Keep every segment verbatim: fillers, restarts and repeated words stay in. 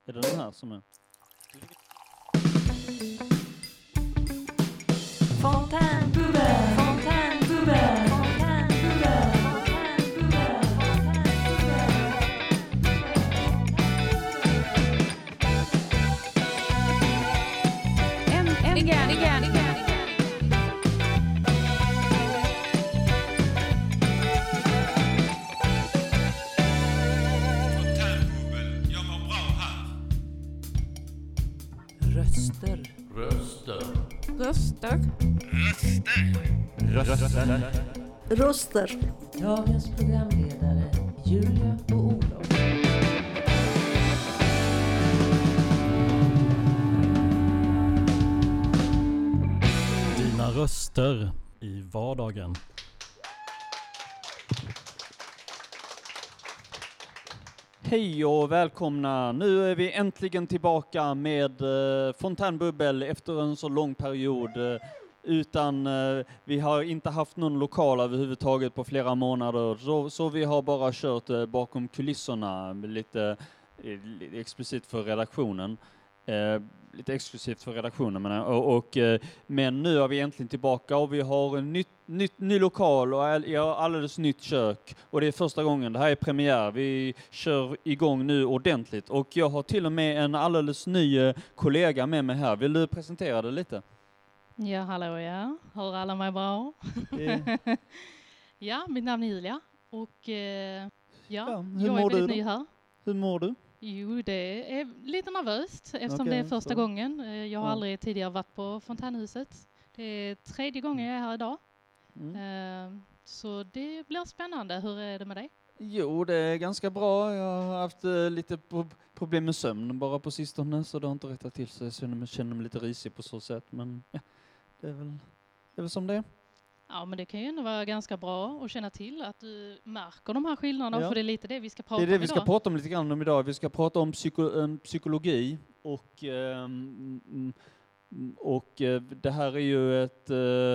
Är det den här som är? Fontänbubbe, fontänbubbe, fontänbubbe, Äntligen, igen, igen. Fontänbubbel, jag mår bra här. Röster. Röster. Röster. Röster. Röster. Dagens programledare Julia och Olof. Dina röster i vardagen. Hej och välkomna! Nu är vi äntligen tillbaka med eh, Fontänbubbel efter en så lång period. Eh, utan eh, vi har inte haft någon lokal överhuvudtaget på flera månader. Så, så vi har bara kört eh, bakom kulisserna lite, eh, lite explicit för redaktionen. Eh, lite exklusivt för redaktionen menar jag. Och, och, eh, men nu är vi äntligen tillbaka och vi har en nytt, nytt, ny lokal och all, ja, alldeles nytt kök. Och det är första gången, det här är premiär. Vi kör igång nu ordentligt. Och jag har till och med en alldeles ny eh, kollega med mig här. Vill du presentera det lite? Ja, hallå ja. Hör alla mig bra? Eh, Ja, mitt namn är Julia och eh, ja, Ja, hur jag är mår du väldigt då? ny här. hur mår du? Jo, det är lite nervöst eftersom Okej, det är första så. gången. Eh, Jag har Ja. aldrig tidigare varit på Fontänhuset. Det är tredje gången jag är här idag. Mm. Eh, Så det blir spännande. Hur är det med dig? Jo, det är ganska bra. Jag har haft eh, lite pro- problem med sömn bara på sistone, så det har inte rättat till sig. Jag känner mig, känner mig lite risig på så sätt, men ja, det är väl, det är väl som det är. Ja, men det kan ju ändå vara ganska bra att känna till att du märker de här skillnaderna, Ja. för det är lite det vi ska prata Det är det om vi ska idag. prata om lite grann om idag. Vi ska prata om psyko, eh, psykologi och, ehm, mm, mm, och eh, det här är ju ett, eh,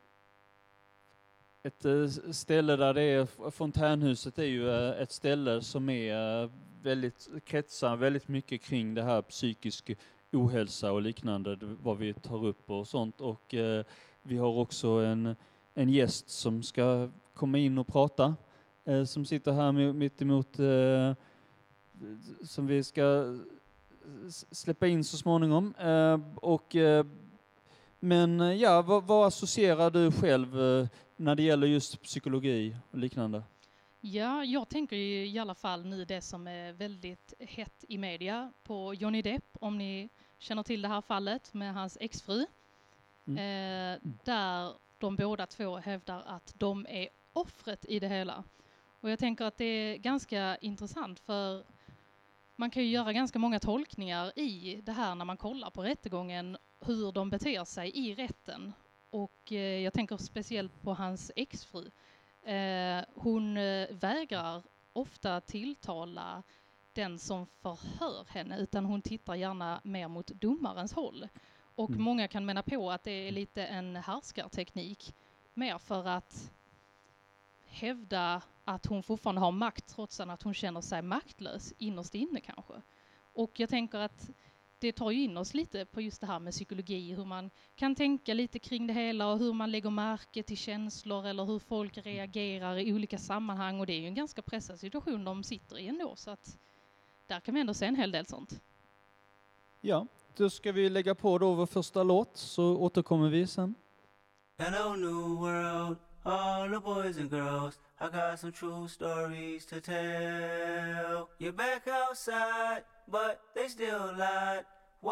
ett eh, ställe där det är, Fontänhuset är ju eh, ett ställe som är eh, väldigt, kretsar väldigt mycket kring det här psykisk ohälsa och liknande, det- vad vi tar upp och sånt. Och eh, vi har också en, en gäst som ska komma in och prata. Eh, som sitter här mi- mitt emot eh, som vi ska s- släppa in så småningom. Eh, och, eh, men eh, ja, vad, vad associerar du själv eh, när det gäller just psykologi och liknande? Ja, jag tänker ju i alla fall nu det som är väldigt hett i media på Johnny Depp, om ni känner till det här fallet med hans exfru. Mm. Eh, där de båda två hävdar att de är offret i det hela. Och jag tänker att det är ganska intressant, för man kan ju göra ganska många tolkningar i det här när man kollar på rättegången, hur de beter sig i rätten. Och eh, jag tänker speciellt på hans exfru. Eh, hon eh, vägrar ofta tilltala den som förhör henne, utan hon tittar gärna mer mot domarens håll. Och Mm. många kan mena på att det är lite en härskarteknik, mer för att hävda att hon fortfarande har makt trots att hon känner sig maktlös innerst inne kanske. Och jag tänker att det tar ju in oss lite på just det här med psykologi, hur man kan tänka lite kring det hela och hur man lägger märke till känslor eller hur folk reagerar i olika sammanhang. Och det är ju en ganska pressad situation de sitter i ändå, så att där kan vi ändå se en hel del sånt. Ja, då ska vi lägga på då vår första låt, så återkommer vi sen. Hello, new world, all the boys and girls. I got some true stories to tell. You're back outside, but they still lied.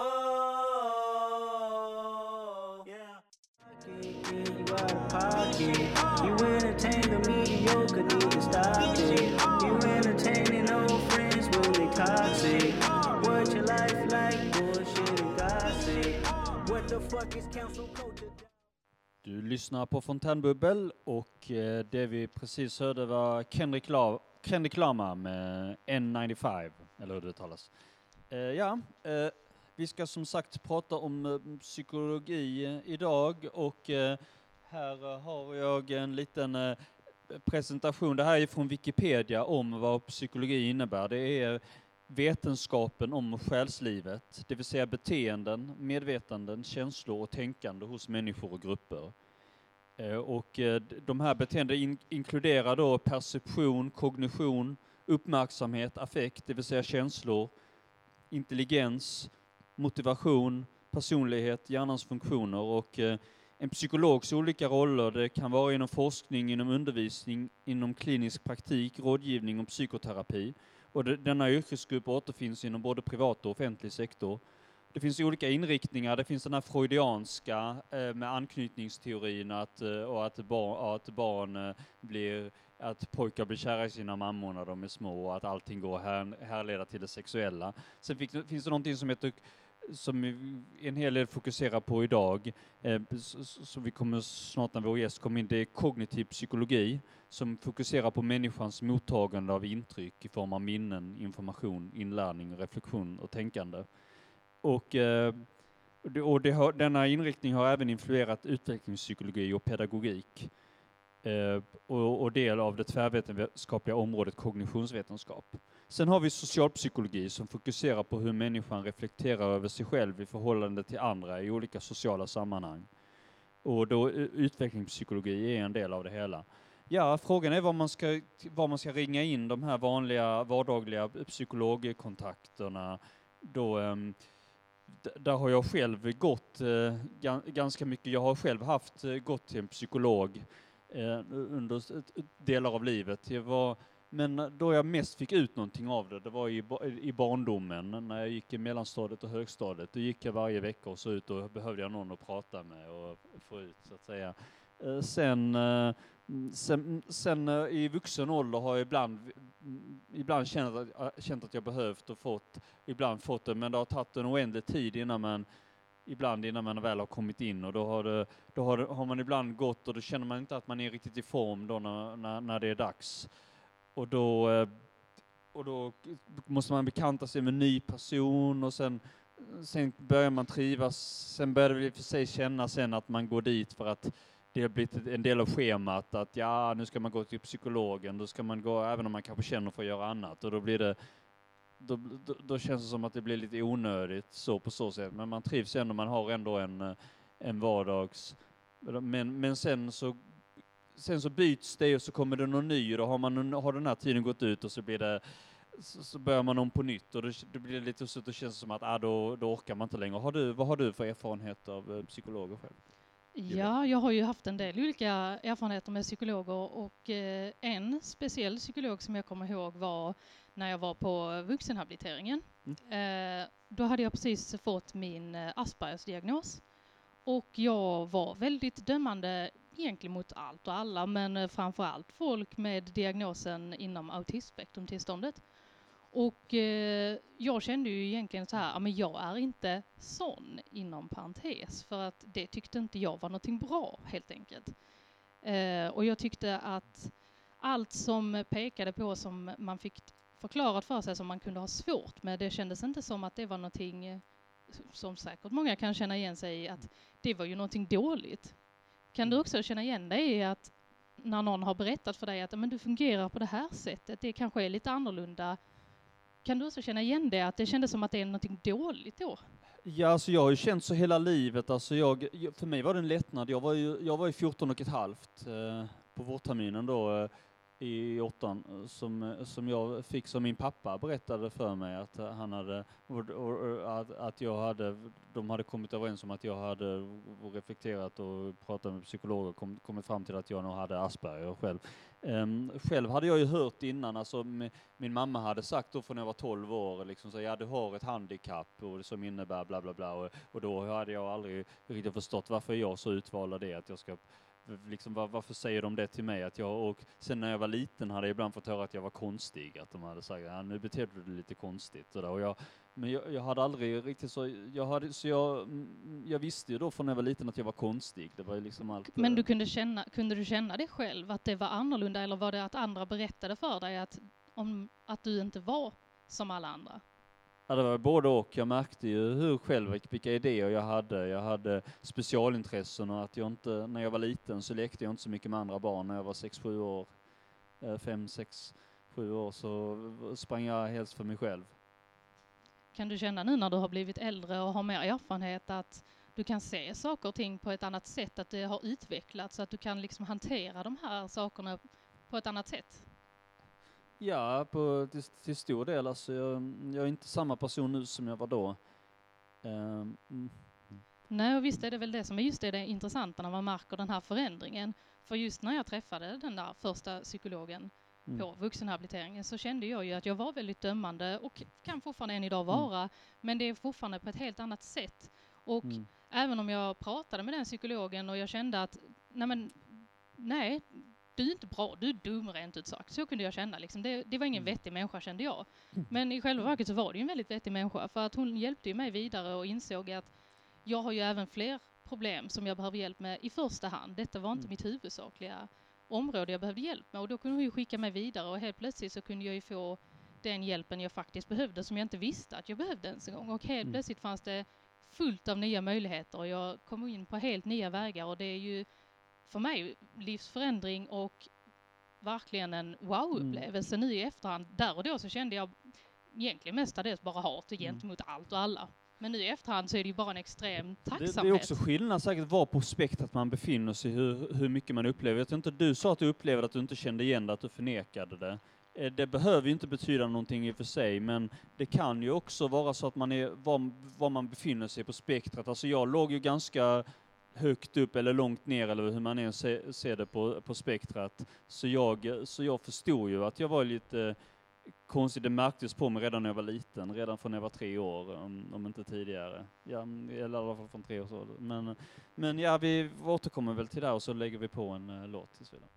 Whoa, yeah. Get you out of pocket. You entertain the mediocre, need to stop it. You entertaining old friends when they toxic. What your life like? Bullshit and gossip. What the fuck is council culture? Du lyssnar på Fontänbubbel och eh, det vi precis hörde var Kendrick, La- Kendrick Lamar med N nittiofem, eller hur det talas. Eh, ja, eh, vi ska som sagt prata om eh, psykologi eh, idag och eh, här eh, har jag en liten eh, presentation. Det här är från Wikipedia om vad psykologi innebär. Det är vetenskapen om själslivet, det vill säga beteenden, medvetanden, känslor och tänkande hos människor och grupper. Eh, och eh, de här beteenden in- inkluderar då perception, kognition, uppmärksamhet, affekt, det vill säga känslor, intelligens, motivation, personlighet, hjärnans funktioner och eh, en psykologs olika roller. Det kan vara inom forskning, inom undervisning, inom klinisk praktik, rådgivning och psykoterapi. Och det, denna yrkesgrupp återfinns inom både privat och offentlig sektor. Det finns olika inriktningar. Det finns den här freudianska eh, med anknytningsteorin att, eh, och att, bar, att barn eh, blir, att pojkar blir kära i sina mammor när de är små och att allting går här, härleda till det sexuella. Sen fick, finns det någonting som heter som en hel del fokuserar på idag, eh, så vi kommer snart när vår gäst kommer in, det är kognitiv psykologi som fokuserar på människans mottagande av intryck i form av minnen, information, inlärning, reflektion och tänkande. Och, eh, och det har, denna inriktning har även influerat utvecklingspsykologi och pedagogik eh, och, och del av det tvärvetenskapliga området kognitionsvetenskap. Sen har vi socialpsykologi som fokuserar på hur människan reflekterar över sig själv i förhållande till andra i olika sociala sammanhang. Och då utvecklingspsykologi är en del av det hela. Ja, frågan är var man ska, var man ska ringa in de här vanliga vardagliga psykologkontakterna. Då, um, d- där har jag själv gått uh, g- ganska mycket. Jag har själv haft uh, gått till en psykolog uh, under s- delar av livet. Jag var Men då jag mest fick ut någonting av det, det var i, i barndomen när jag gick i mellanstadiet och högstadiet. Då gick jag varje vecka och så ut och behövde jag någon att prata med och få ut så att säga. Sen, sen, sen i vuxen ålder har jag ibland, ibland känt, att, känt att jag behövt och fått, ibland fått det, men det har tagit en oändlig tid innan man Ibland innan man väl har kommit in och då har, det, då har, det, har man ibland gått och då känner man inte att man är riktigt i form då när, när, när det är dags. Och då, och då måste man bekanta sig med en ny person och sen, sen börjar man trivas. Sen börjar det för sig känna sen att man går dit för att det har blivit en del av schemat. Att ja, nu ska man gå till psykologen. Då ska man gå även om man kanske känner för att göra annat. Och då blir det, då, då, då känns det som att det blir lite onödigt så på så sätt. Men man trivs ändå, man har ändå en, en vardags... Men, men sen så Sen så byts det och så kommer det någon ny och då har, man, har den här tiden gått ut och så blir det så, så börjar man om på nytt och det, det blir lite så att det känns som att ah, då, då orkar man inte längre. Har du, vad har du för erfarenhet av eh, psykologer själv? Ja, jag har ju haft en del olika erfarenheter med psykologer och eh, en speciell psykolog som jag kommer ihåg var när jag var på vuxenhabiliteringen. Mm. Eh, då hade jag precis fått min eh, Aspergers diagnos och jag var väldigt dömande egentligen mot allt och alla, men eh, framförallt folk med diagnosen inom autismspektrumtillståndet. Och eh, jag kände ju egentligen så här, ja, men jag är inte sån inom parentes, för att det tyckte inte jag var någonting bra helt enkelt. Eh, och jag tyckte att allt som pekade på som man fick förklarat för sig som man kunde ha svårt med, det kändes inte som att det var någonting som säkert många kan känna igen sig i, att det var ju någonting dåligt. Kan du också känna igen dig i att när någon har berättat för dig att men du fungerar på det här sättet, det kanske är lite annorlunda. Kan du också känna igen det, att det kändes som att det är någonting dåligt då? Ja, alltså jag har ju känt så hela livet. Alltså jag, för mig var det en lättnad. Jag var ju, jag var ju fjorton och ett halvt eh, på vårterminen då eh, i åttan som, som jag fick, som min pappa berättade för mig att han hade, och, och, att, att jag hade, de hade kommit överens om att jag hade reflekterat och pratat med psykologer och kom, kommit fram till att jag nog hade Asperger själv. Um, själv hade jag ju hört innan, alltså m- min mamma hade sagt då från när jag var tolv år liksom så, ja, du har ett handikapp och som innebär bla bla bla och, och då hade jag aldrig riktigt förstått varför jag så utvalde det, att jag ska liksom, var, varför säger de det till mig? Att jag, och sen när jag var liten hade jag ibland fått höra att jag var konstig, att de hade sagt, ja, nu beter du dig lite konstigt och, där. Och jag, men jag, jag hade aldrig riktigt så, jag hade, så jag, jag visste ju då från när jag var liten att jag var konstig. Det var ju liksom allt. Men du kunde känna, kunde du känna det själv, att det var annorlunda, eller var det att andra berättade för dig att, om, att du inte var som alla andra? Ja, det var både och. Jag märkte ju hur själv, vilka idéer jag hade. Jag hade specialintressen och att jag inte, när jag var liten så lekte jag inte så mycket med andra barn. När jag var sex, sju år, fem, sex, sju år så sprang jag helst för mig själv. kan du känna nu när du har blivit äldre och har mer erfarenhet att du kan se saker och ting på ett annat sätt, att det har utvecklats, så att du kan liksom hantera de här sakerna på ett annat sätt? Ja, på, till, till stor del. Alltså, jag, jag är inte samma person nu som jag var då. Um, mm. Nej, och visst är det väl det som är just det, det intressanta när man märker den här förändringen. För just när jag träffade den där första psykologen Mm. på vuxenhabiliteringen så kände jag ju att jag var väldigt dömande och kan fortfarande än idag vara, mm. men det är fortfarande på ett helt annat sätt. Och Mm. även om jag pratade med den psykologen och jag kände att nej, men, nej du är inte bra, du är dum rent ut sagt. Så kunde jag känna. Liksom. Det, det var ingen Mm. vettig människa, kände jag. Men i själva verket så var det ju en väldigt vettig människa, för att hon hjälpte ju mig vidare och insåg att jag har ju även fler problem som jag behöver hjälp med i första hand. Detta var inte Mm. mitt huvudsakliga område jag behövde hjälp med, och då kunde hon ju skicka mig vidare och helt plötsligt så kunde jag ju få den hjälpen jag faktiskt behövde, som jag inte visste att jag behövde ens en gång. Och helt Mm. plötsligt fanns det fullt av nya möjligheter och jag kom in på helt nya vägar, och det är ju för mig livsförändring och verkligen en wow-upplevelse nu i efterhand. Där och då så kände jag egentligen mestadels bara hat Mm. gentemot allt och alla. Men nu i efterhand så är det ju bara en extrem Det, tacksamhet. det är också skillnad säkert var på spektrat man befinner sig, hur, hur mycket man upplever. Jag tror inte du sa att du upplevde att du inte kände igen det, att du förnekade det. Eh, Det behöver ju inte betyda någonting i och för sig, men det kan ju också vara så att man är var, var man befinner sig på spektrat. Alltså jag låg ju ganska högt upp eller långt ner, eller hur man än se, ser det på, på spektrat. Så jag, så jag förstod ju att jag var lite konstigt. Det märktes på mig redan när jag var liten, redan från när jag var tre år, om, om inte tidigare. Ja, eller i alla fall från tre års ålder. Men, men ja, vi återkommer väl till det och så lägger vi på en uh, låt tills vidare.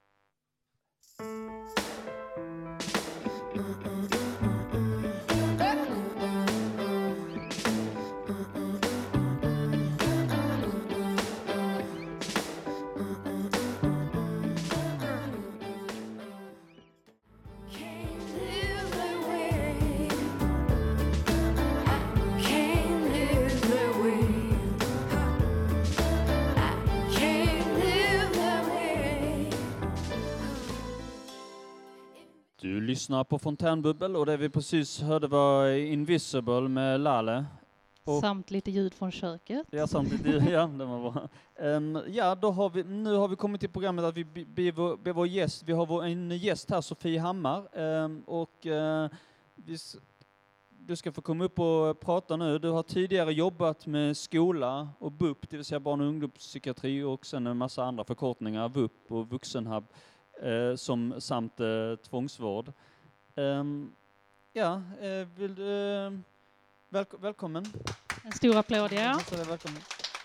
Du lyssnar på Fontänbubbel och det vi precis hörde var Invisible med Lale. Och Samt lite ljud från köket. ja, samtidigt, ja, det var bra. Um, ja, då har vi, nu har vi kommit till programmet att vi ber vår, be vår gäst, vi har vår, en gäst här, Sofie Hammar, um, och uh, vi, s- du ska få komma upp och prata nu. Du har tidigare jobbat med skola och B U P, det vill säga barn- och ungdomspsykiatri, och sen en massa andra förkortningar, V U P och vuxenhab, uh, som, samt uh, tvångsvård. Um, ja, uh, vill du, uh, välk- välkommen. En stor applåd, ja. Hälsa dig välkommen.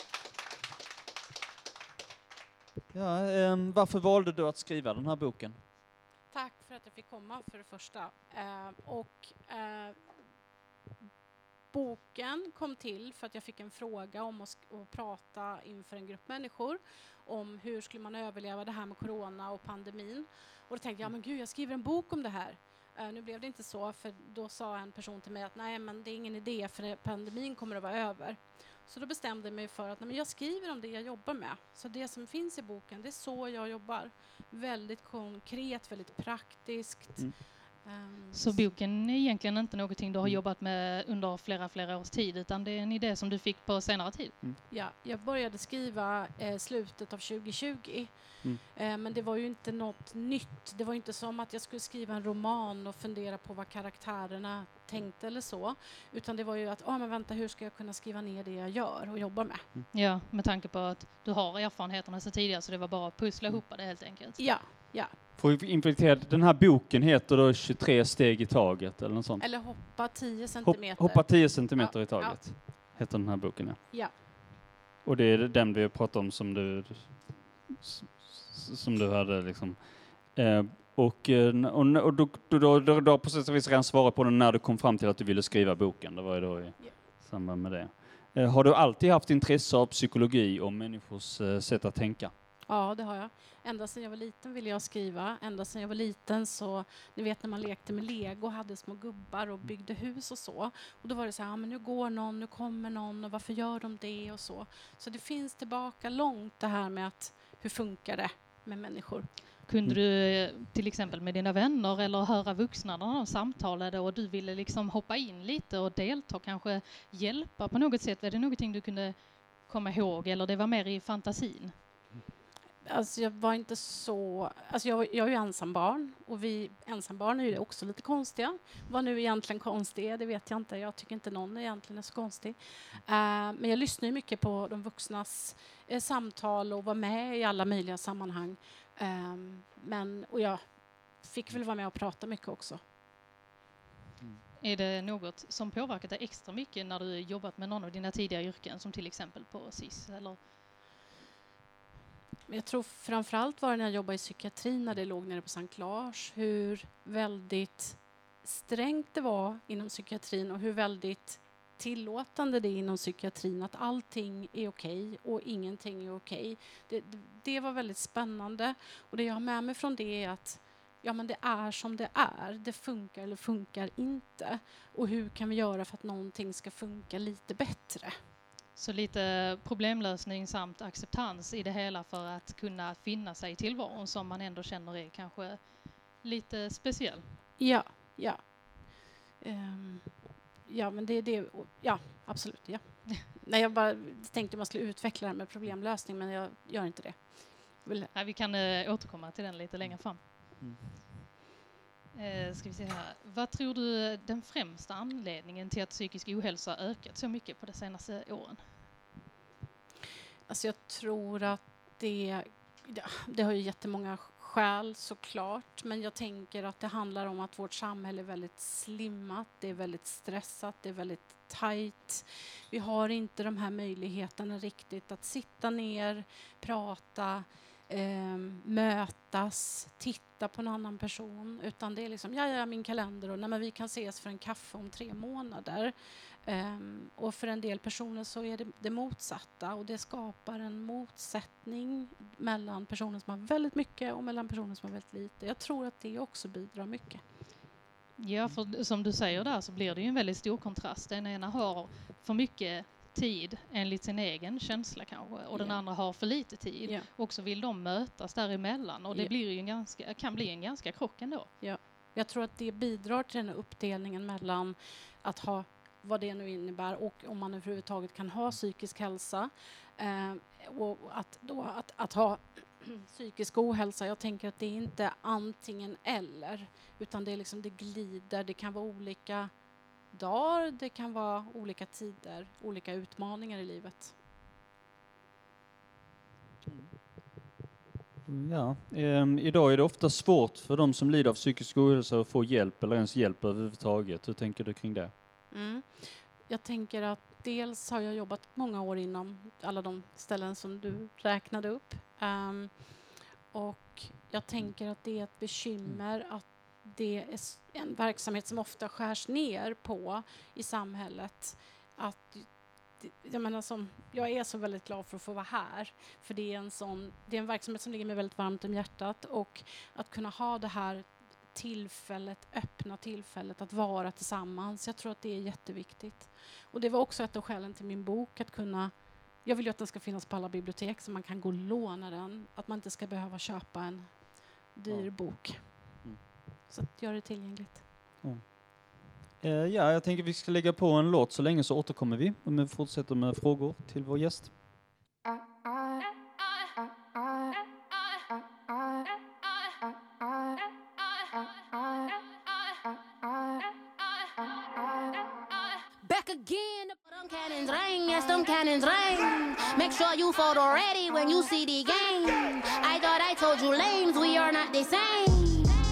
Ja, ehm, varför valde du att skriva den här boken? Tack för att jag fick komma för det första. Eh, och eh, boken kom till för att jag fick en fråga om att, sk- att prata inför en grupp människor om hur skulle man överleva det här med corona och pandemin. Och då tänkte jag, men gud, jag skriver en bok om det här. Uh, nu blev det inte så, för då sa en person till mig att nej, men det är ingen idé, för pandemin kommer att vara över. Så då bestämde jag mig för att nej, men jag skriver om det jag jobbar med. Så det som finns i boken, det är så jag jobbar. Väldigt konkret, väldigt praktiskt. Mm. Um, Så boken är egentligen inte någonting du har Mm. jobbat med under flera, flera års tid, utan det är en idé som du fick på senare tid. Ja, jag började skriva eh, slutet av tjugo tjugo. Mm. Eh, men det var ju inte något nytt. Det var ju inte som att jag skulle skriva en roman och fundera på vad karaktärerna tänkte eller så. Utan det var ju att, ja ah, men vänta, hur ska jag kunna skriva ner det jag gör och jobbar med? Ja, med tanke på att du har erfarenheterna sedan tidigare, så det var bara att pussla ihop det helt enkelt. Ja, ja. Får vi inflektera, den här boken heter då tjugotre steg i taget, eller något sånt. Eller hoppa tio Hopp, centimeter. hoppa tio centimeter Ja, i taget, heter den här boken. Ja. Ja. Och det är den vi har pratat om som du, s- s- som du hade liksom. Eh, och eh, och, och då, då, då, då, då på sätt och vis redan svarat på den när du kom fram till att du ville skriva boken. Det var ju då i Ja. samband med det. Eh, har du alltid haft intresse av psykologi och människors eh, sätt att tänka? Ja, det har jag. Ända sedan jag var liten ville jag skriva. Ända sedan jag var liten så, ni vet när man lekte med Lego, hade små gubbar och byggde hus och så. Och då var det så här, ja, men nu går någon, nu kommer någon och varför gör de det och så. Så det finns tillbaka långt det här med att hur funkar det med människor. Kunde du eh, till exempel med dina vänner eller höra vuxna när de samtalade och du ville liksom hoppa in lite och delta, kanske hjälpa på något sätt? Var det någonting du kunde komma ihåg eller det var mer i fantasin? Alltså jag var inte så... Alltså jag, jag är ju ensambarn och vi ensambarn är ju också lite konstiga. Vad nu egentligen konstigt är, det vet jag inte. Jag tycker inte någon egentligen är så konstig. Uh, men jag lyssnar ju mycket på de vuxnas eh, samtal och var med i alla möjliga sammanhang. Um, men, och jag fick väl vara med och prata mycket också. Är det något som påverkat dig extra mycket när du jobbat med någon av dina tidigare yrken, som till exempel på S I S? Eller? Jag tror framförallt var det när jag jobbade i psykiatrin, när det låg nere på Sankt Lars, hur väldigt strängt det var inom psykiatrin och hur väldigt tillåtande det är inom psykiatrin, att allting är okej och ingenting är okej. Det, det, det var väldigt spännande, och det jag har med mig från det är att ja, men det är som det är. Det funkar eller funkar inte. Och hur kan vi göra för att någonting ska funka lite bättre? Så lite problemlösning samt acceptans i det hela för att kunna finna sig i tillvaron som man ändå känner är kanske lite speciell. Ja, ja. Um, ja, men det är det. Ja, absolut. Ja. Nej, jag bara tänkte att man skulle utveckla det här med problemlösning, men jag gör inte det. Vill... Nej, vi kan äh, återkomma till den lite längre fram. Mm. Eh, ska vi se här. Vad tror du den främsta anledningen till att psykisk ohälsa ökat så mycket på de senaste åren? Alltså jag tror att det, det har ju jättemånga skäl såklart, men jag tänker att det handlar om att vårt samhälle är väldigt slimmat, det är väldigt stressat, det är väldigt tajt. Vi har inte de här möjligheterna riktigt att sitta ner, prata, eh, mötas, titta på en annan person, utan det är liksom, ja, ja, min kalender och nej, men vi kan ses för en kaffe om tre månader. Um, och för en del personer så är det det motsatta, och det skapar en motsättning mellan personer som har väldigt mycket och mellan personer som har väldigt lite. Jag tror att det också bidrar mycket. Ja, för som du säger där så blir det ju en väldigt stor kontrast. Den ena har för mycket tid enligt sin egen känsla kanske, och den Ja. andra har för lite tid. Ja. Och så vill de mötas däremellan, och det Ja. blir ju en ganska, kan bli en ganska krock ändå. Ja. Jag tror att det bidrar till den här uppdelningen mellan att ha vad det nu innebär och om man överhuvudtaget kan ha psykisk hälsa eh, och att, då, att, att ha psykisk ohälsa. Jag tänker att det är inte antingen eller, utan det är liksom, det glider, det kan vara olika dagar, det kan vara olika tider, olika utmaningar i livet. Ja, eh, idag är det ofta svårt för de som lider av psykisk ohälsa att få hjälp eller ens hjälp överhuvudtaget. Hur tänker du kring det? Mm. Jag tänker att dels har jag jobbat många år inom alla de ställen som du räknade upp. Um, och jag tänker att det är ett bekymmer att det är en verksamhet som ofta skärs ner på i samhället. Att, jag menar, som, jag är så väldigt glad för att få vara här. För det är en, sån, det är en verksamhet som ligger mig väldigt varmt om hjärtat. Och att kunna ha det här tillfället, öppna tillfället att vara tillsammans. Jag tror att det är jätteviktigt. Och det var också ett av skälen till min bok, att kunna, jag vill ju att den ska finnas på alla bibliotek så man kan gå och låna den, att man inte ska behöva köpa en dyr Ja. bok. Mm. Så att göra det tillgängligt. Ja. Eh, ja, jag tänker vi ska lägga på en låt så länge, så återkommer vi och vi fortsätter med frågor till vår gäst. Back again, de cannons ring, yes, them cannons ring. Make sure you photo ready when you see the game. I thought I told you lames, we are not the same.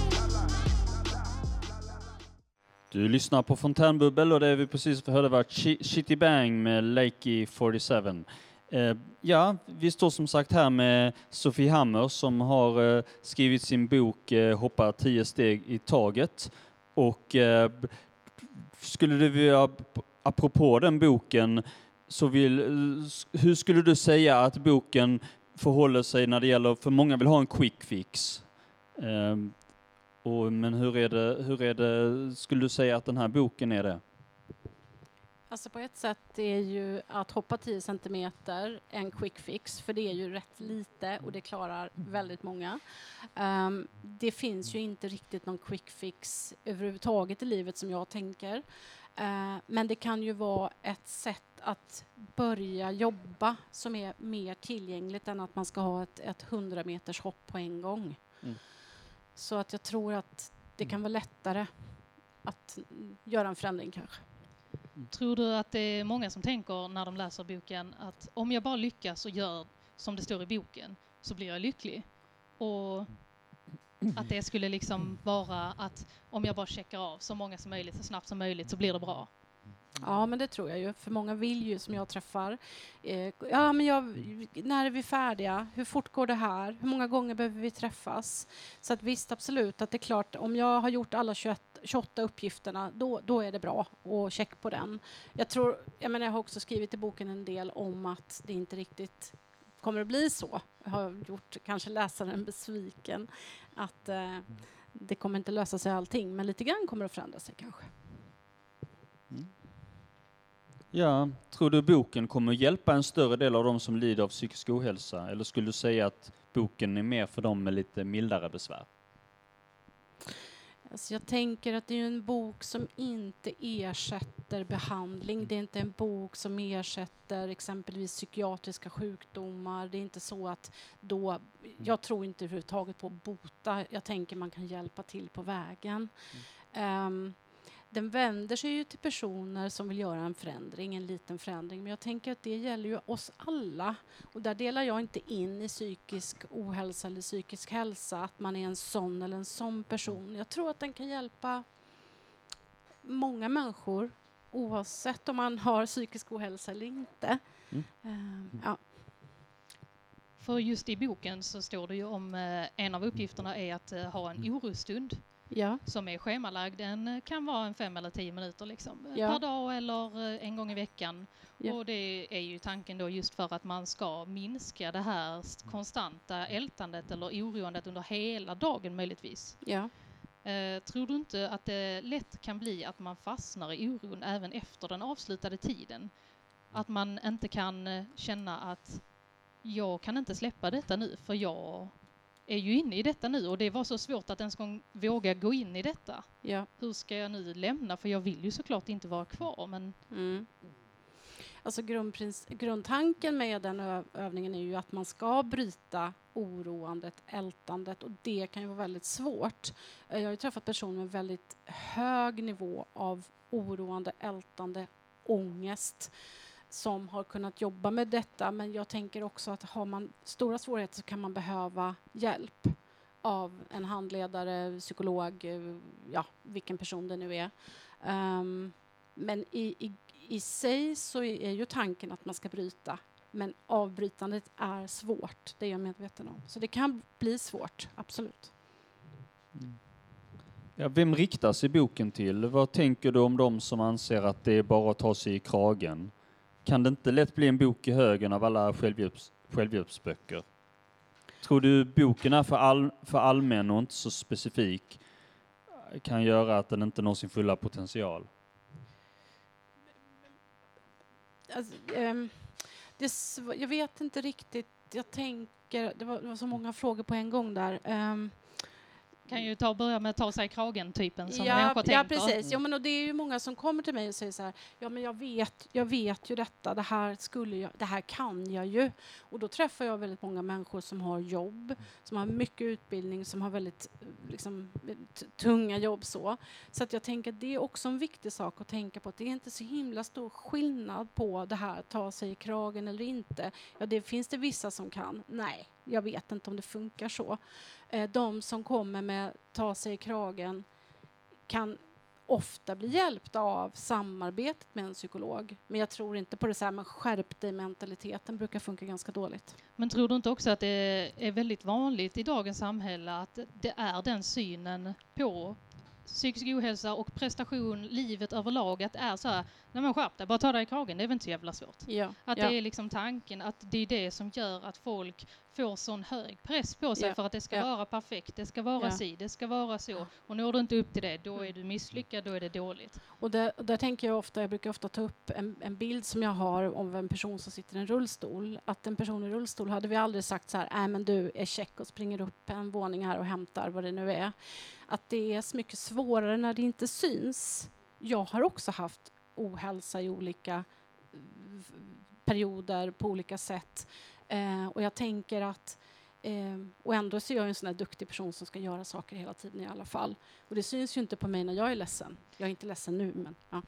Du lyssnar på Fontänbubbel och det vi precis hörde var Ch- Shitty Bang med Lakey fyrtiosju. Eh, ja, vi står som sagt här med Sofie Hammer som har eh, skrivit sin bok eh, Hoppa tio steg i taget. Och eh, skulle du vilja, apropå den boken, så vill, hur skulle du säga att boken förhåller sig när det gäller, för många vill ha en quick fix. Eh, och, men hur är det, hur är det, skulle du säga att den här boken är det? Alltså på ett sätt är ju att hoppa tio centimeter en quick fix, för det är ju rätt lite och det klarar väldigt många. Um, det finns ju inte riktigt någon quick fix överhuvudtaget i livet som jag tänker. Uh, men det kan ju vara ett sätt att börja jobba som är mer tillgängligt än att man ska ha ett, ett hundra meters hopp på en gång. Mm. Så att jag tror att det kan vara lättare att göra en förändring kanske. Tror du att det är många som tänker när de läser boken att om jag bara lyckas och gör som det står i boken så blir jag lycklig? Och att det skulle liksom vara att om jag bara checkar av så många som möjligt, så snabbt som möjligt så blir det bra? Ja, men det tror jag ju. För många vill ju, som jag träffar, eh, ja men jag, när är vi färdiga? Hur fort går det här? Hur många gånger behöver vi träffas? Så att visst, absolut, att det är klart, om jag har gjort alla tjugoett, tjugoåtta uppgifterna, då, då är det bra och check på den. Jag tror, jag menar, jag har också skrivit i boken en del om att det inte riktigt kommer att bli så. Jag har gjort kanske läsaren besviken att eh, det kommer inte lösa sig allting, men lite grann kommer att förändra sig kanske. Mm. Ja, tror du boken kommer hjälpa en större del av de som lider av psykisk ohälsa? Eller skulle du säga att boken är mer för dem med lite mildare besvär? Alltså jag tänker att det är en bok som inte ersätter behandling. Det är inte en bok som ersätter exempelvis psykiatriska sjukdomar. Det är inte så att då... Jag tror inte överhuvudtaget på att bota. Jag tänker man kan hjälpa till på vägen. Mm. Um, Den vänder sig ju till personer som vill göra en förändring, en liten förändring. Men jag tänker att det gäller ju oss alla. Och där delar jag inte in i psykisk ohälsa eller psykisk hälsa. Att man är en sån eller en sån person. Jag tror att den kan hjälpa många människor. Oavsett om man har psykisk ohälsa eller inte. Mm. Uh, ja. För just i boken så står det ju om eh, en av uppgifterna är att eh, ha en orostund. Ja. Som är schemalagd. Den kan vara en fem eller tio minuter liksom, ja. per dag eller en gång i veckan. Ja. Och det är ju tanken då just för att man ska minska det här konstanta ältandet eller oroandet under hela dagen möjligtvis. Ja. Eh, tror du inte att det lätt kan bli att man fastnar i oron även efter den avslutade tiden? Att man inte kan känna att jag kan inte släppa detta nu för jag är ju inne i detta nu och det var så svårt att ens gång våga gå in i detta. Ja. Hur ska jag nu lämna? För jag vill ju såklart inte vara kvar. Men... Mm. Alltså grundprins- grundtanken med den ö- övningen är ju att man ska bryta oroandet, ältandet och det kan ju vara väldigt svårt. Jag har ju träffat personer med väldigt hög nivå av oroande, ältande, ångest som har kunnat jobba med detta, men jag tänker också att har man stora svårigheter så kan man behöva hjälp av en handledare, psykolog, ja, vilken person det nu är. Um, men i, i, i sig så är ju tanken att man ska bryta, men avbrytandet är svårt, det är jag medveten om. Så det kan bli svårt, absolut. Mm. Ja, vem riktas i boken till? Vad tänker du om de som anser att det är bara att ta sig i kragen? Kan det inte lätt bli en bok i högen av alla självhjälps, självhjälpsböcker? Tror du boken är för, all, för allmän och inte så specifik kan göra att den inte når sin fulla potential? Alltså, um, det sv- jag vet inte riktigt. Jag tänker, det var, det var så många frågor på en gång där. Um, kan ju ta och börja med att ta sig i kragen typen som ja, människor tänker. Ja, precis. Ja, men och det är ju många som kommer till mig och säger så här, ja men jag vet, jag vet ju detta, det här skulle jag, det här kan jag ju. Och då träffar jag väldigt många människor som har jobb, som har mycket utbildning, som har väldigt liksom, t- tunga jobb så. Så att jag tänker att det är också en viktig sak att tänka på, att det är inte så himla stor skillnad på det här, ta sig i kragen eller inte. Ja, det finns det vissa som kan. Nej, jag vet inte om det funkar så. De som kommer med ta sig i kragen kan ofta bli hjälpta av samarbetet med en psykolog. Men jag tror inte på det så här med skärp dig mentaliteten brukar funka ganska dåligt. Men tror du inte också att det är väldigt vanligt i dagens samhälle att det är den synen på psykisk ohälsa och prestation, livet överlag, att det är så här, nej men skärp dig, bara ta dig i kragen, det är väl inte så jävla svårt. Ja. Att ja. det är liksom tanken att det är det som gör att folk får sån hög press på sig Ja. för att det ska Ja. vara perfekt, det ska vara Ja. si, det ska vara så. Och når du inte upp till det, då är du misslyckad, då är det dåligt. Och där, där tänker jag ofta, jag brukar ofta ta upp en, en bild som jag har om en person som sitter i en rullstol. Att en person i rullstol hade vi aldrig sagt så här, nej men du är check och springer upp en våning här och hämtar vad det nu är. Att det är så mycket svårare när det inte syns. Jag har också haft ohälsa i olika v- perioder på olika sätt. Eh, och jag tänker att Eh, och ändå så är jag en sån här duktig person som ska göra saker hela tiden i alla fall. Och det syns ju inte på mig när jag är ledsen. Jag är inte ledsen nu, men ja.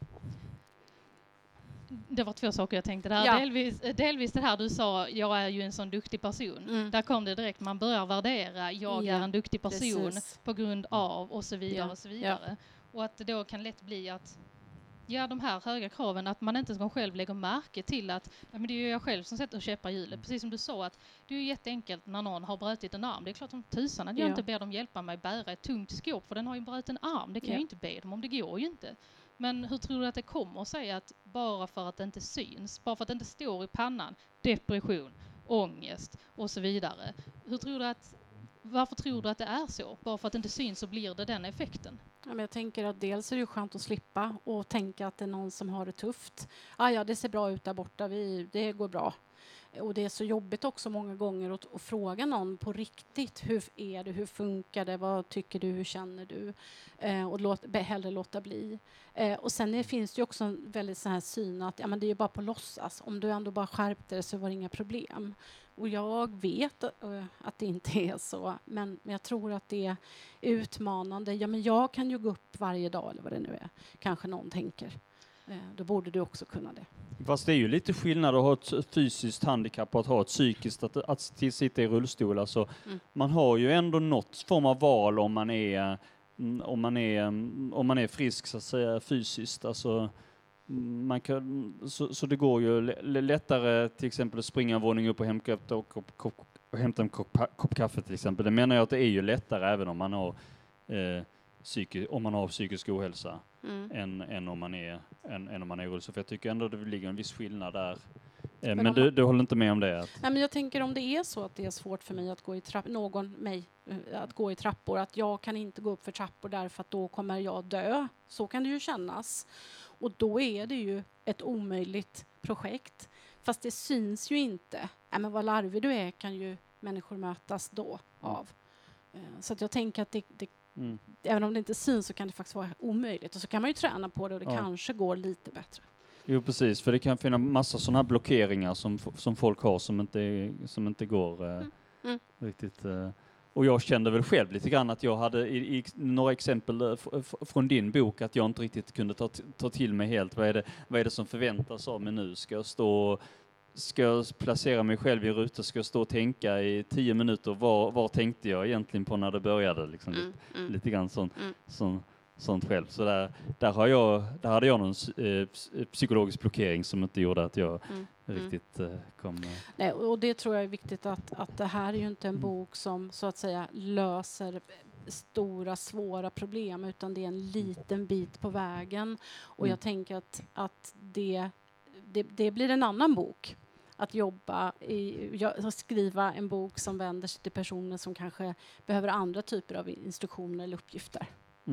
Det var två saker jag tänkte där. Ja. Delvis, delvis det här du sa, jag är ju en sån duktig person. Mm. Där kom det direkt, man börjar värdera, jag Ja, är en duktig person precis. på grund av och så vidare Ja, och så vidare. Och att det då kan lätt bli att ja, de här höga kraven, att man inte som själv lägger märke till att ja, men det är ju jag själv som sätter och käppar hjulet. Precis som du sa, att det är ju jätteenkelt när någon har brutit en arm. Det är klart som tusan att jag Ja. inte ber dem hjälpa mig bära ett tungt skåp, för den har ju brutit en arm. Det kan Ja. jag ju inte be dem om, det går ju inte. Men hur tror du att det kommer sig att bara för att det inte syns, bara för att det inte står i pannan, depression, ångest och så vidare. Hur tror du att, varför tror du att det är så? Bara för att det inte syns så blir det den effekten. Ja, men jag tänker att dels är det ju skönt att slippa och tänka att det är någon som har det tufft. Ah, ja, det ser bra ut där borta, vi, det går bra. Och det är så jobbigt också många gånger att, att fråga någon på riktigt. Hur är det? Hur funkar det? Vad tycker du? Hur känner du? Eh, och låt, be- hellre låta bli. Eh, och sen är, finns det ju också en väldigt sån här syn att ja, men det är ju bara på låtsas. Om du ändå bara skärpte det så var det inga problem. Och jag vet uh, att det inte är så. Men, men jag tror att det är utmanande. Ja, men jag kan ju gå upp varje dag eller vad det nu är. Kanske någon tänker. Eh, då borde du också kunna det. Fast det är ju lite skillnad att ha ett fysiskt handikapp och att ha ett psykiskt, att, att sitta i rullstol. Alltså, Mm. man har ju ändå något form av val om man är, mm, om man är, mm, om man är frisk så att säga fysiskt. Alltså, mm, man kan, så, så det går ju l- lättare till exempel att springa en våning upp och hämta, och, kopp- kopp- och hämta en kopp, kopp kaffe till exempel. Det menar jag att det är ju lättare även om man har, eh, psyki, om man har psykisk ohälsa. Mm. Än, än om man är än, än om man är rullstol. För jag tycker ändå det ligger en viss skillnad där. Eh, Men men om du, man- du håller inte med om det? Att, Nej, men jag tänker om det är så att det är svårt för mig att gå i trapp, någon mig eh, att gå i trappor, att jag kan inte gå upp för trappor därför att då kommer jag dö. Så kan det ju kännas. Och då är det ju ett omöjligt projekt. Fast det syns ju inte. Nej, men vad larvig du är kan ju människor mötas då av. Eh, Så att jag tänker att det, det, mm. även om det inte syns så kan det faktiskt vara omöjligt. Och så kan man ju träna på det och det Ja. kanske går lite bättre. Jo, precis. För det kan finnas massa sådana här blockeringar som, f- som folk har som inte, som inte går eh, Mm. Mm. riktigt. Eh. Och jag kände väl själv lite grann att jag hade i, i några exempel eh, f- f- från din bok att jag inte riktigt kunde ta, t- ta till mig helt. Vad är, det, vad är det som förväntas av mig nu? Ska jag stå Ska jag placera mig själv i rutor? Ska jag stå och tänka i tio minuter? Var, var tänkte jag egentligen på när det började? Liksom, Mm, lite, mm. lite grann sånt, Mm. sånt, sånt själv. Så där, där, har jag, där hade jag någon eh, ps- psykologisk blockering som inte gjorde att jag Mm. Mm. riktigt eh, kom... Eh. Nej, och det tror jag är viktigt att, att det här är ju inte en Mm. bok som så att säga löser stora svåra problem utan det är en liten bit på vägen. Och Mm. jag tänker att, att det, det, det blir en annan bok. Att jobba i, ja, att skriva en bok som vänder sig till personer som kanske behöver andra typer av instruktioner eller uppgifter.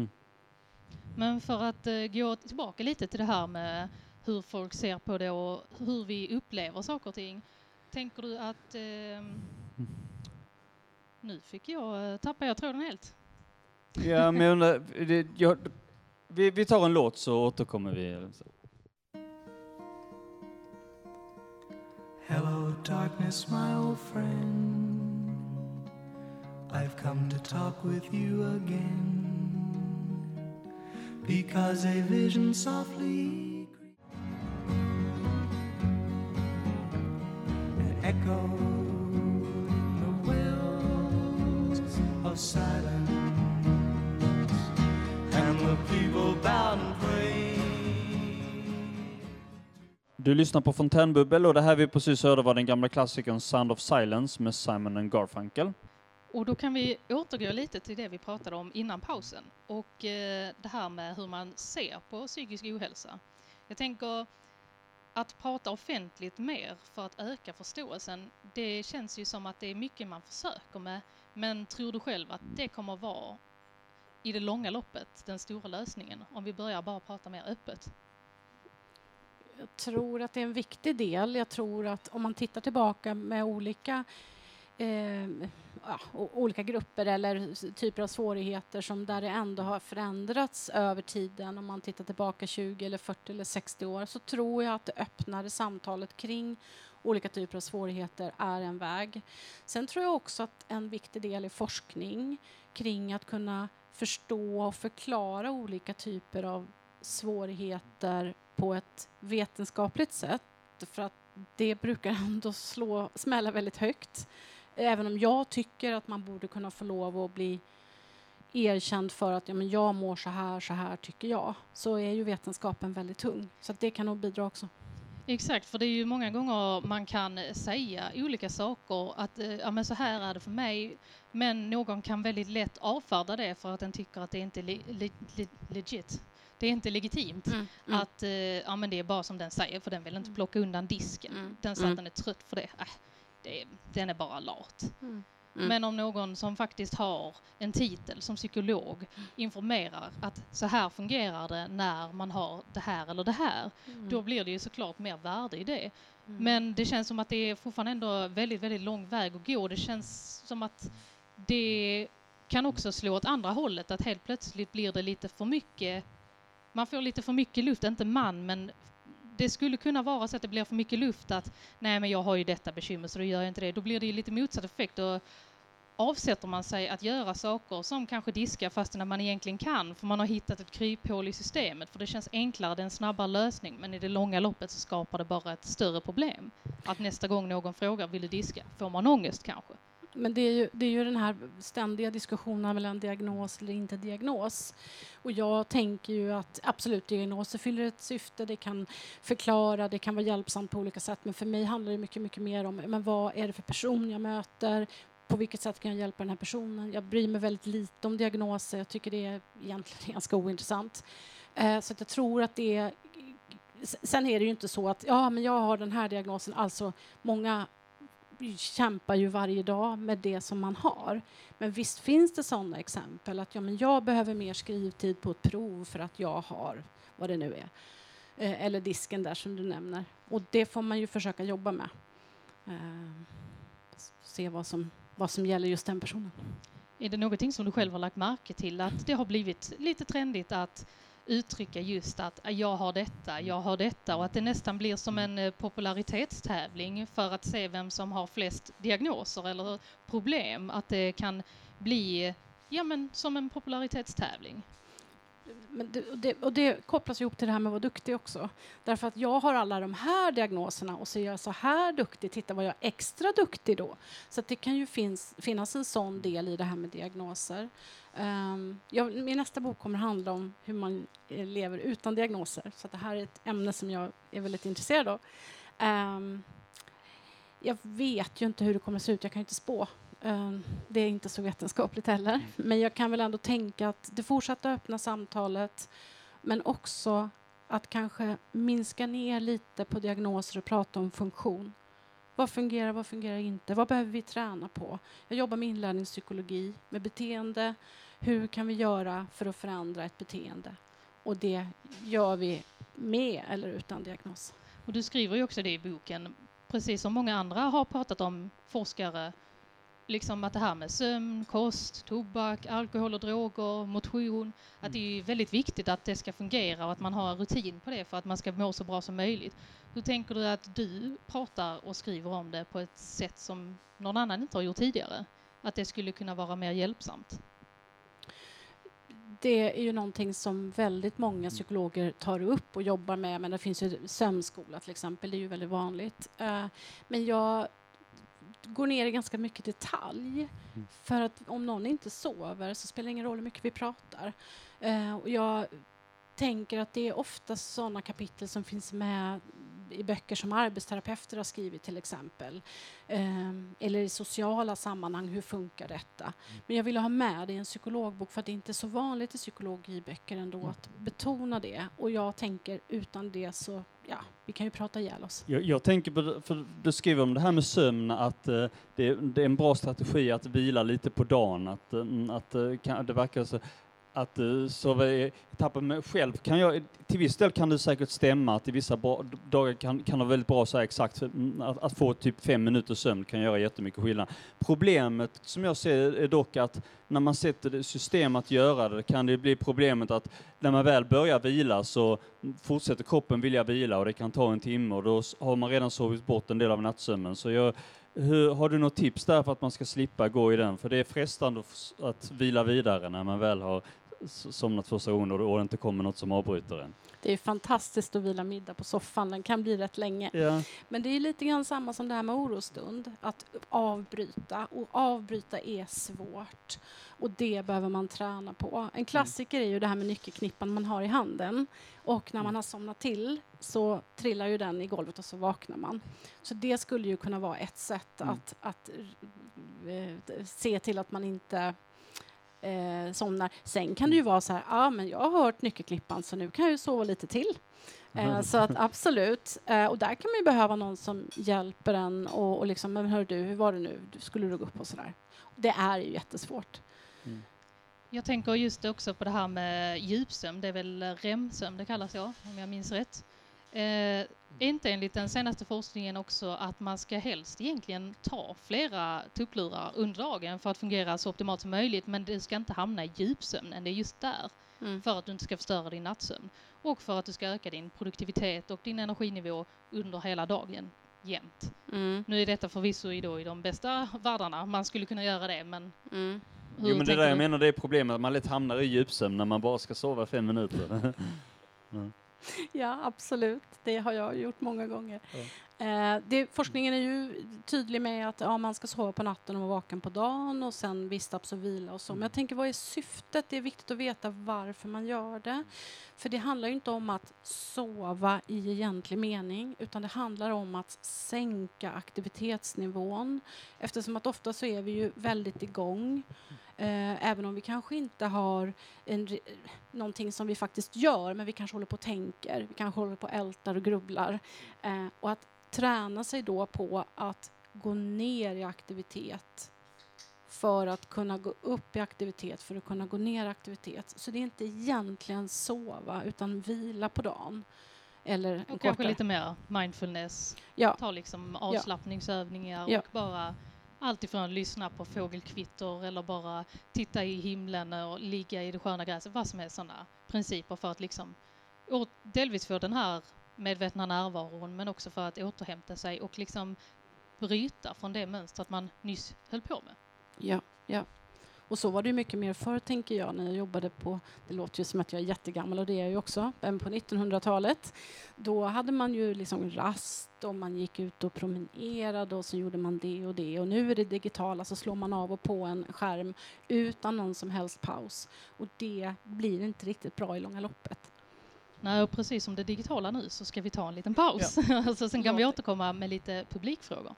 Men för att eh, gå tillbaka lite till det här med hur folk ser på det och hur vi upplever saker och ting. Tänker du att... Eh, nu fick jag... Eh, tappar jag tråden helt. Ja, men jag undrar, det, jag, vi, vi tar en låt så återkommer vi. Hello, darkness, my old friend. I've come to talk with you again. Because a vision softly an echo in the wells of silence, and the people bowed and prayed. Du lyssnar på Fontänbubbel och det här vi precis hörde var den gamla klassikern Sound of Silence med Simon and Garfunkel. Och då kan vi återgå lite till det vi pratade om innan pausen. Och eh, det här med hur man ser på psykisk ohälsa. Jag tänker att prata offentligt mer för att öka förståelsen, det känns ju som att det är mycket man försöker med. Men tror du själv att det kommer vara i det långa loppet den stora lösningen om vi börjar bara prata mer öppet? Jag tror att det är en viktig del. Jag tror att om man tittar tillbaka med olika eh, ja, olika grupper eller typer av svårigheter som där det ändå har förändrats över tiden, om man tittar tillbaka tjugo eller fyrtio eller sextio år, så tror jag att det öppnade samtalet kring olika typer av svårigheter är en väg. Sen tror jag också att en viktig del är forskning kring att kunna förstå och förklara olika typer av svårigheter på ett vetenskapligt sätt, för att det brukar ändå slå, smälla väldigt högt. Även om jag tycker att man borde kunna få lov att bli erkänd för att ja, men jag mår så här, så här tycker jag, så är ju vetenskapen väldigt tung. Så att det kan nog bidra också. Exakt, för det är ju många gånger man kan säga olika saker, att ja, men så här är det för mig, men någon kan väldigt lätt avfärda det för att den tycker att det inte är le- le- le- legit. Det är inte legitimt Mm, mm. att eh, ja, men det är bara som den säger, för den vill inte plocka undan disken. Mm, Den säger mm. att den är trött för det. Äh, det är, den är bara lat. Mm. Mm. Men om någon som faktiskt har en titel som psykolog informerar att så här fungerar det när man har det här eller det här, Mm. då blir det ju såklart mer värde i det. Mm. Men det känns som att det är fortfarande ändå väldigt, väldigt lång väg att gå. Det känns som att det kan också slå åt andra hållet, att helt plötsligt blir det lite för mycket. Man får lite för mycket luft, inte man, men det skulle kunna vara så att det blir för mycket luft, att nej, men jag har ju detta bekymmer så då gör jag inte det. Då blir det ju lite motsatt effekt, och avsätter man sig att göra saker som kanske diska fast när man egentligen kan, för man har hittat ett kryphål i systemet, för det känns enklare, det är en snabbare lösning, men i det långa loppet så skapar det bara ett större problem. Att nästa gång någon frågar vill du diska, får man ångest kanske. Men det är, ju, det är ju den här ständiga diskussionen mellan diagnos eller inte diagnos. Och jag tänker ju att absolut, diagnoser fyller ett syfte, det kan förklara, det kan vara hjälpsamt på olika sätt. Men för mig handlar det mycket, mycket mer om men vad är det för person jag möter? På vilket sätt kan jag hjälpa den här personen? Jag bryr mig väldigt lite om diagnoser, jag tycker det är egentligen ganska ointressant. Eh, så att jag tror att det är... Sen är det ju inte så att ja, men jag har den här diagnosen, alltså många kämpar ju varje dag med det som man har. Men visst finns det sådana exempel att ja, men jag behöver mer skrivtid på ett prov för att jag har vad det nu är. Eh, eller disken där som du nämner. Och det får man ju försöka jobba med. Eh, se vad som, vad som gäller just den personen. Är det någonting som du själv har lagt märke till, att det har blivit lite trendigt att uttrycka just att jag har detta, jag har detta, och att det nästan blir som en popularitetstävling för att se vem som har flest diagnoser eller problem, att det kan bli ja, men som en popularitetstävling? Men det, och, det, och det kopplas ihop till det här med att vara duktig också. Därför att jag har alla de här diagnoserna och så är jag så här duktig. Titta vad jag är extra duktig då. Så att det kan ju finns, finnas en sån del i det här med diagnoser. Um, jag, min nästa bok kommer handla om hur man eh, lever utan diagnoser. Så att det här är ett ämne som jag är väldigt intresserad av. Um, jag vet ju inte hur det kommer att se ut. Jag kan ju inte spå. Um, det är inte så vetenskapligt heller. Men jag kan väl ändå tänka att det fortsatta öppna samtalet, men också att kanske minska ner lite på diagnoser och prata om funktion. Vad fungerar, vad fungerar inte? Vad behöver vi träna på? Jag jobbar med inlärningspsykologi, med beteende. Hur kan vi göra för att förändra ett beteende? Och det gör vi med eller utan diagnos. Och du skriver ju också det i boken, precis som många andra har pratat om, forskare, liksom att det här med sömn, kost, tobak, alkohol och droger, motion, att det är väldigt viktigt att det ska fungera och att man har en rutin på det för att man ska må så bra som möjligt. Hur tänker du att du pratar och skriver om det på ett sätt som någon annan inte har gjort tidigare? Att det skulle kunna vara mer hjälpsamt? Det är ju någonting som väldigt många psykologer tar upp och jobbar med. Men det finns ju sömnskola till exempel, det är ju väldigt vanligt. Men jag går ner i ganska mycket detalj. Mm. För att om någon inte sover så spelar det ingen roll hur mycket vi pratar. Uh, och jag tänker att det är ofta sådana kapitel som finns med i böcker som arbetsterapeuter har skrivit till exempel. Eh, eller i sociala sammanhang, hur funkar detta? Men jag ville ha med det i en psykologbok för att det inte är så vanligt i psykologiböcker ändå att betona det. Och jag tänker utan det så, ja, vi kan ju prata ihjäl oss. Jag, jag tänker på, det- för du skriver om det här med sömn, att eh, det, det är en bra strategi att vila lite på dagen. Att, eh, att eh, kan, det verkar så att uh, sova i etappen med själv kan jag, till viss del kan det säkert stämma att i vissa bra, dagar kan, kan det vara väldigt bra så här exakt för, mm, att, att få typ fem minuter sömn kan göra jättemycket skillnad. Problemet som jag ser är dock att när man sätter det system att göra det kan det bli problemet att när man väl börjar vila så fortsätter kroppen vilja vila och det kan ta en timme och då s- har man redan sovit bort en del av nattsömnen. Så jag, hur, har du något tips där för att man ska slippa gå i den? För det är frestande att, f- att vila vidare när man väl har s- somnat första gången och det- och det inte kommer något som avbryter en. Det är fantastiskt att vila middag på soffan, den kan bli rätt länge. Ja. Men det är lite grann samma som det här med orostund, att avbryta. Och avbryta är svårt. Och det behöver man träna på. En klassiker är ju det här med nyckelknippan man har i handen. Och när man har somnat till så trillar ju den i golvet och så vaknar man. Så det skulle ju kunna vara ett sätt Mm. att, att eh, se till att man inte eh, somnar. Sen kan det ju vara så här, ja ah, men jag har hört nyckelknippan så nu kan jag ju sova lite till. Eh, så att absolut. Eh, och där kan man ju behöva någon som hjälper en och, och liksom, men hör du, hur var det nu? Du skulle du gå upp och sådär. Det är ju jättesvårt. Jag tänker just också på det här med djupsömn. Det är väl R E M-sömn det kallas så, om jag minns rätt. Eh, inte enligt den senaste forskningen också att man ska helst egentligen ta flera tupplurar under dagen för att fungera så optimalt som möjligt, men du ska inte hamna i djupsömnen. Det är just där, Mm. för att du inte ska förstöra din nattsömn. Och för att du ska öka din produktivitet och din energinivå under hela dagen jämt. Mm. Nu är detta förvisso i, då, i de bästa världarna. Man skulle kunna göra det, men Mm. hur Jo, men det tänker där jag du? menar det är problemet att man lätt hamnar i djupsömn när man bara ska sova fem minuter. Ja, absolut. Det har jag gjort många gånger. Ja. Eh, det, forskningen är ju tydlig med att ja, man ska sova på natten och vara vaken på dagen och sen vistas och vila och så. Men jag tänker, vad är syftet? Det är viktigt att veta varför man gör det. För det handlar ju inte om att sova i egentlig mening, utan det handlar om att sänka aktivitetsnivån. Eftersom att ofta så är vi ju väldigt igång. Eh, även om vi kanske inte har en, re- någonting som vi faktiskt gör, men vi kanske håller på och tänker, vi kanske håller på och ältar och grubblar. Eh, och att träna sig då på att gå ner i aktivitet för att kunna gå upp i aktivitet, för att kunna gå ner i aktivitet. Så det är inte egentligen sova, utan vila på dagen. Eller en Och kanske kortare. lite mer mindfulness. Ja. Ta liksom avslappningsövningar Ja. och bara allt ifrån att lyssna på fågelkvitter eller bara titta i himlen och ligga i det sköna gräset. Vad som är sådana principer för att liksom å- delvis få den här medvetna närvaron, men också för att återhämta sig och liksom bryta från det mönstret man nyss höll på med. Ja, ja. Och så var det ju mycket mer förr, tänker jag, när jag jobbade på, det låter ju som att jag är jättegammal och det är jag ju också, men på nittonhundratalet, då hade man ju liksom rast och man gick ut och promenerade och så gjorde man det och det. Och nu är det digitala, så slår man av och på en skärm utan någon som helst paus. Och det blir inte riktigt bra i långa loppet. Nej, och precis som det digitala nu så ska vi ta en liten paus. Ja. Så sen kan vi återkomma med lite publikfrågor.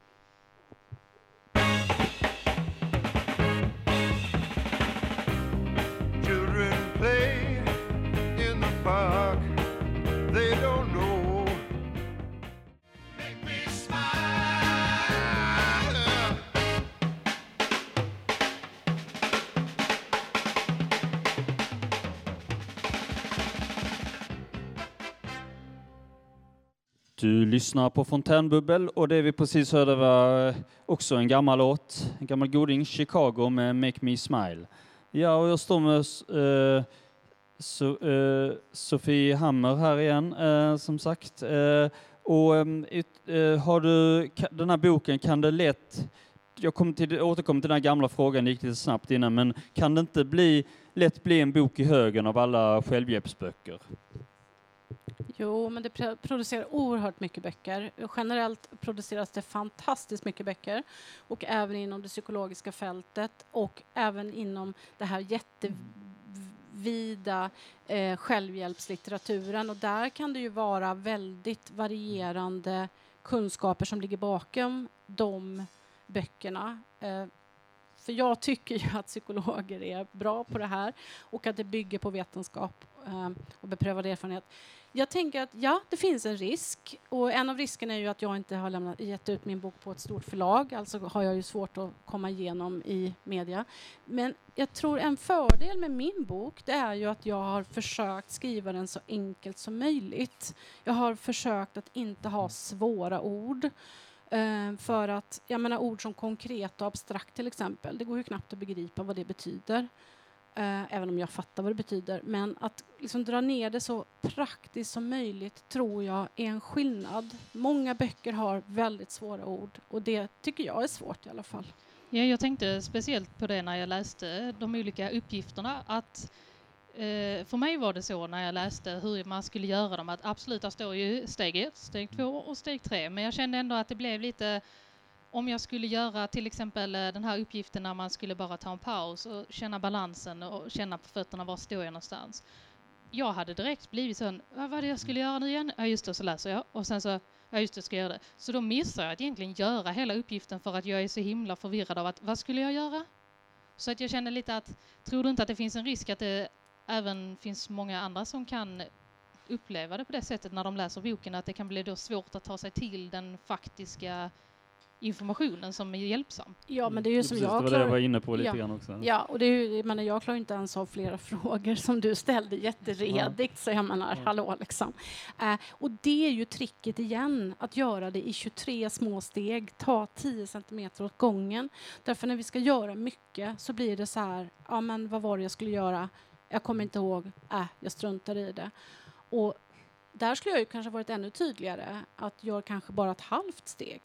Children play in the park. They don't know. Make me smile. Du lyssnar på Fontänbubbel och det vi precis hörde var eh, också en gammal låt, en gammal goding, Chicago med Make Me Smile. Ja, och jag står med eh, so, eh, Sofie Hammer här igen, eh, som sagt. Eh, och ehm, ut, eh, har du ka- den här boken, kan det lätt, jag kommer till, återkommer till den här gamla frågan, det gick lite snabbt innan, men kan det inte bli, lätt bli en bok i högen av alla självhjälpsböcker? Jo, men det pr- producerar oerhört mycket böcker. Generellt produceras det fantastiskt mycket böcker. Och även inom det psykologiska fältet och även inom det här gravida eh, självhjälpslitteraturen. Och där kan det ju vara väldigt varierande kunskaper som ligger bakom de böckerna. Eh, för jag tycker ju att psykologer är bra på det här och att det bygger på vetenskap eh, och beprövad erfarenhet. Jag tänker att ja, det finns en risk, och en av riskerna är ju att jag inte har lämnat, gett ut min bok på ett stort förlag, alltså har jag ju svårt att komma igenom i media. Men jag tror en fördel med min bok, det är ju att jag har försökt skriva den så enkelt som möjligt. Jag har försökt att inte ha svåra ord. Uh, för att, jag menar, ord som konkret och abstrakt till exempel, det går ju knappt att begripa vad det betyder. Uh, även om jag fattar vad det betyder. Men att liksom dra ner det så praktiskt som möjligt tror jag är en skillnad. Många böcker har väldigt svåra ord, och det tycker jag är svårt i alla fall. Ja, jag tänkte speciellt på det när jag läste de olika uppgifterna, att eh, för mig var det så när jag läste hur man skulle göra dem, att absolut, där står ju steg ett, steg två och steg tre, men jag kände ändå att det blev lite, om jag skulle göra till exempel den här uppgiften när man skulle bara ta en paus och känna balansen och känna på fötterna, var står jag någonstans. Jag hade direkt blivit sån, vad var det jag skulle göra nu igen? Ja just det, så läser jag. Och sen så, ja just det, ska jag göra det. Så då missar jag att egentligen göra hela uppgiften för att jag är så himla förvirrad av att, vad skulle jag göra? Så att jag känner lite att, tror du inte att det finns en risk att det även finns många andra som kan uppleva det på det sättet när de läser boken, att det kan bli då svårt att ta sig till den faktiska informationen som är hjälpsam. Ja, men det är ju som Precis, jag det var klar... det jag var inne på lite ja. grann också. Ja, och det är ju, jag menar, jag klarar inte ens av flera frågor som du ställde jätteredigt, så jag menar, Ja. hallå liksom. Eh, och det är ju tricket igen, att göra det i tjugotre små steg, ta tio centimeter åt gången. Därför när vi ska göra mycket så blir det så här, ja men vad var det jag skulle göra? Jag kommer inte ihåg, äh, jag struntar i det. Och där skulle jag ju kanske varit ännu tydligare, att göra kanske bara ett halvt steg.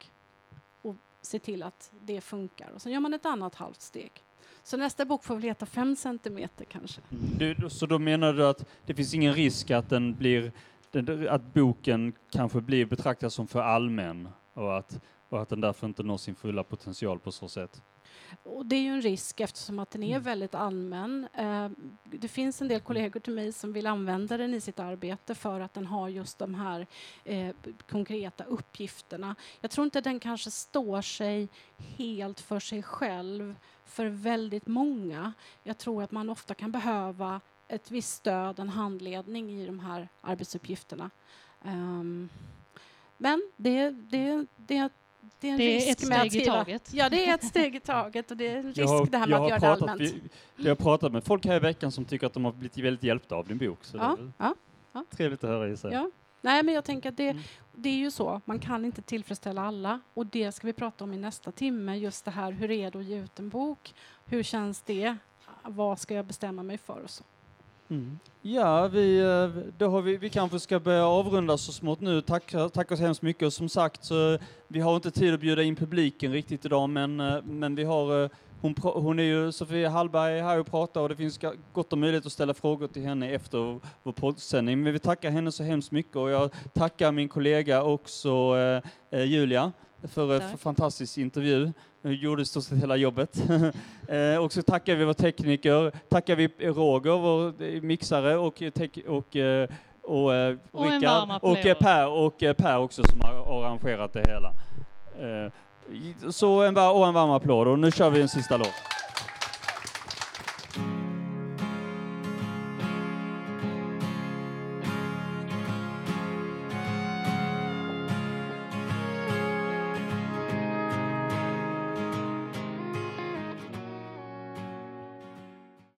Se till att det funkar. Och sen gör man ett annat halvt steg. Så nästa bok får väl heta fem centimeter kanske. Du, så då menar du att det finns ingen risk att den blir, den, att boken kanske blir betraktad som för allmän och att, och att den därför inte når sin fulla potential på så sätt? Och det är ju en risk eftersom att den är väldigt allmän. Eh, det finns en del kollegor till mig som vill använda den i sitt arbete för att den har just de här eh, konkreta uppgifterna. Jag tror inte den kanske står sig helt för sig själv för väldigt många. Jag tror att man ofta kan behöva ett visst stöd, en handledning i de här arbetsuppgifterna. Um, men det, det, det Det är en det är risk ett med steg att skriva. i taget. Ja, det är ett steg i taget, och det är en risk Jag har, det här med jag att har göra det pratat, allmänt. vi, jag har pratat med folk här i veckan som tycker att de har blivit väldigt hjälpta av din bok. Så Ja, det är väl ja, ja. trevligt att höra i sig. Ja. Nej, men jag tänker att det, Mm. det är ju så. Man kan inte tillfredsställa alla, och det ska vi prata om i nästa timme. Just det här, hur är det att ge ut en bok? Hur känns det? Vad ska jag bestämma mig för? Och så. Mm. Ja, vi, då har vi, vi kanske ska börja avrunda så smått nu. Tack, tack så hemskt mycket. Och som sagt, så vi har inte tid att bjuda in publiken riktigt idag, men, men vi har, hon, hon är ju, Sofia Hallberg här och pratar, och det finns gott om möjlighet att ställa frågor till henne efter vår poddsändning. Men vi tackar henne så hemskt mycket, och jag tackar min kollega också, eh, Julia, för en fantastisk intervju. Nu gjorde stort sett hela jobbet. eh, och så tackar vi vår tekniker, tackar vi Roger, vår mixare, och, tek- och, eh, och, eh, Och en Rickard, varm och applåd. eh, Per, och eh, Per också som har arrangerat det hela. Eh, så en, var- och en varm applåd, och nu kör vi en sista låt.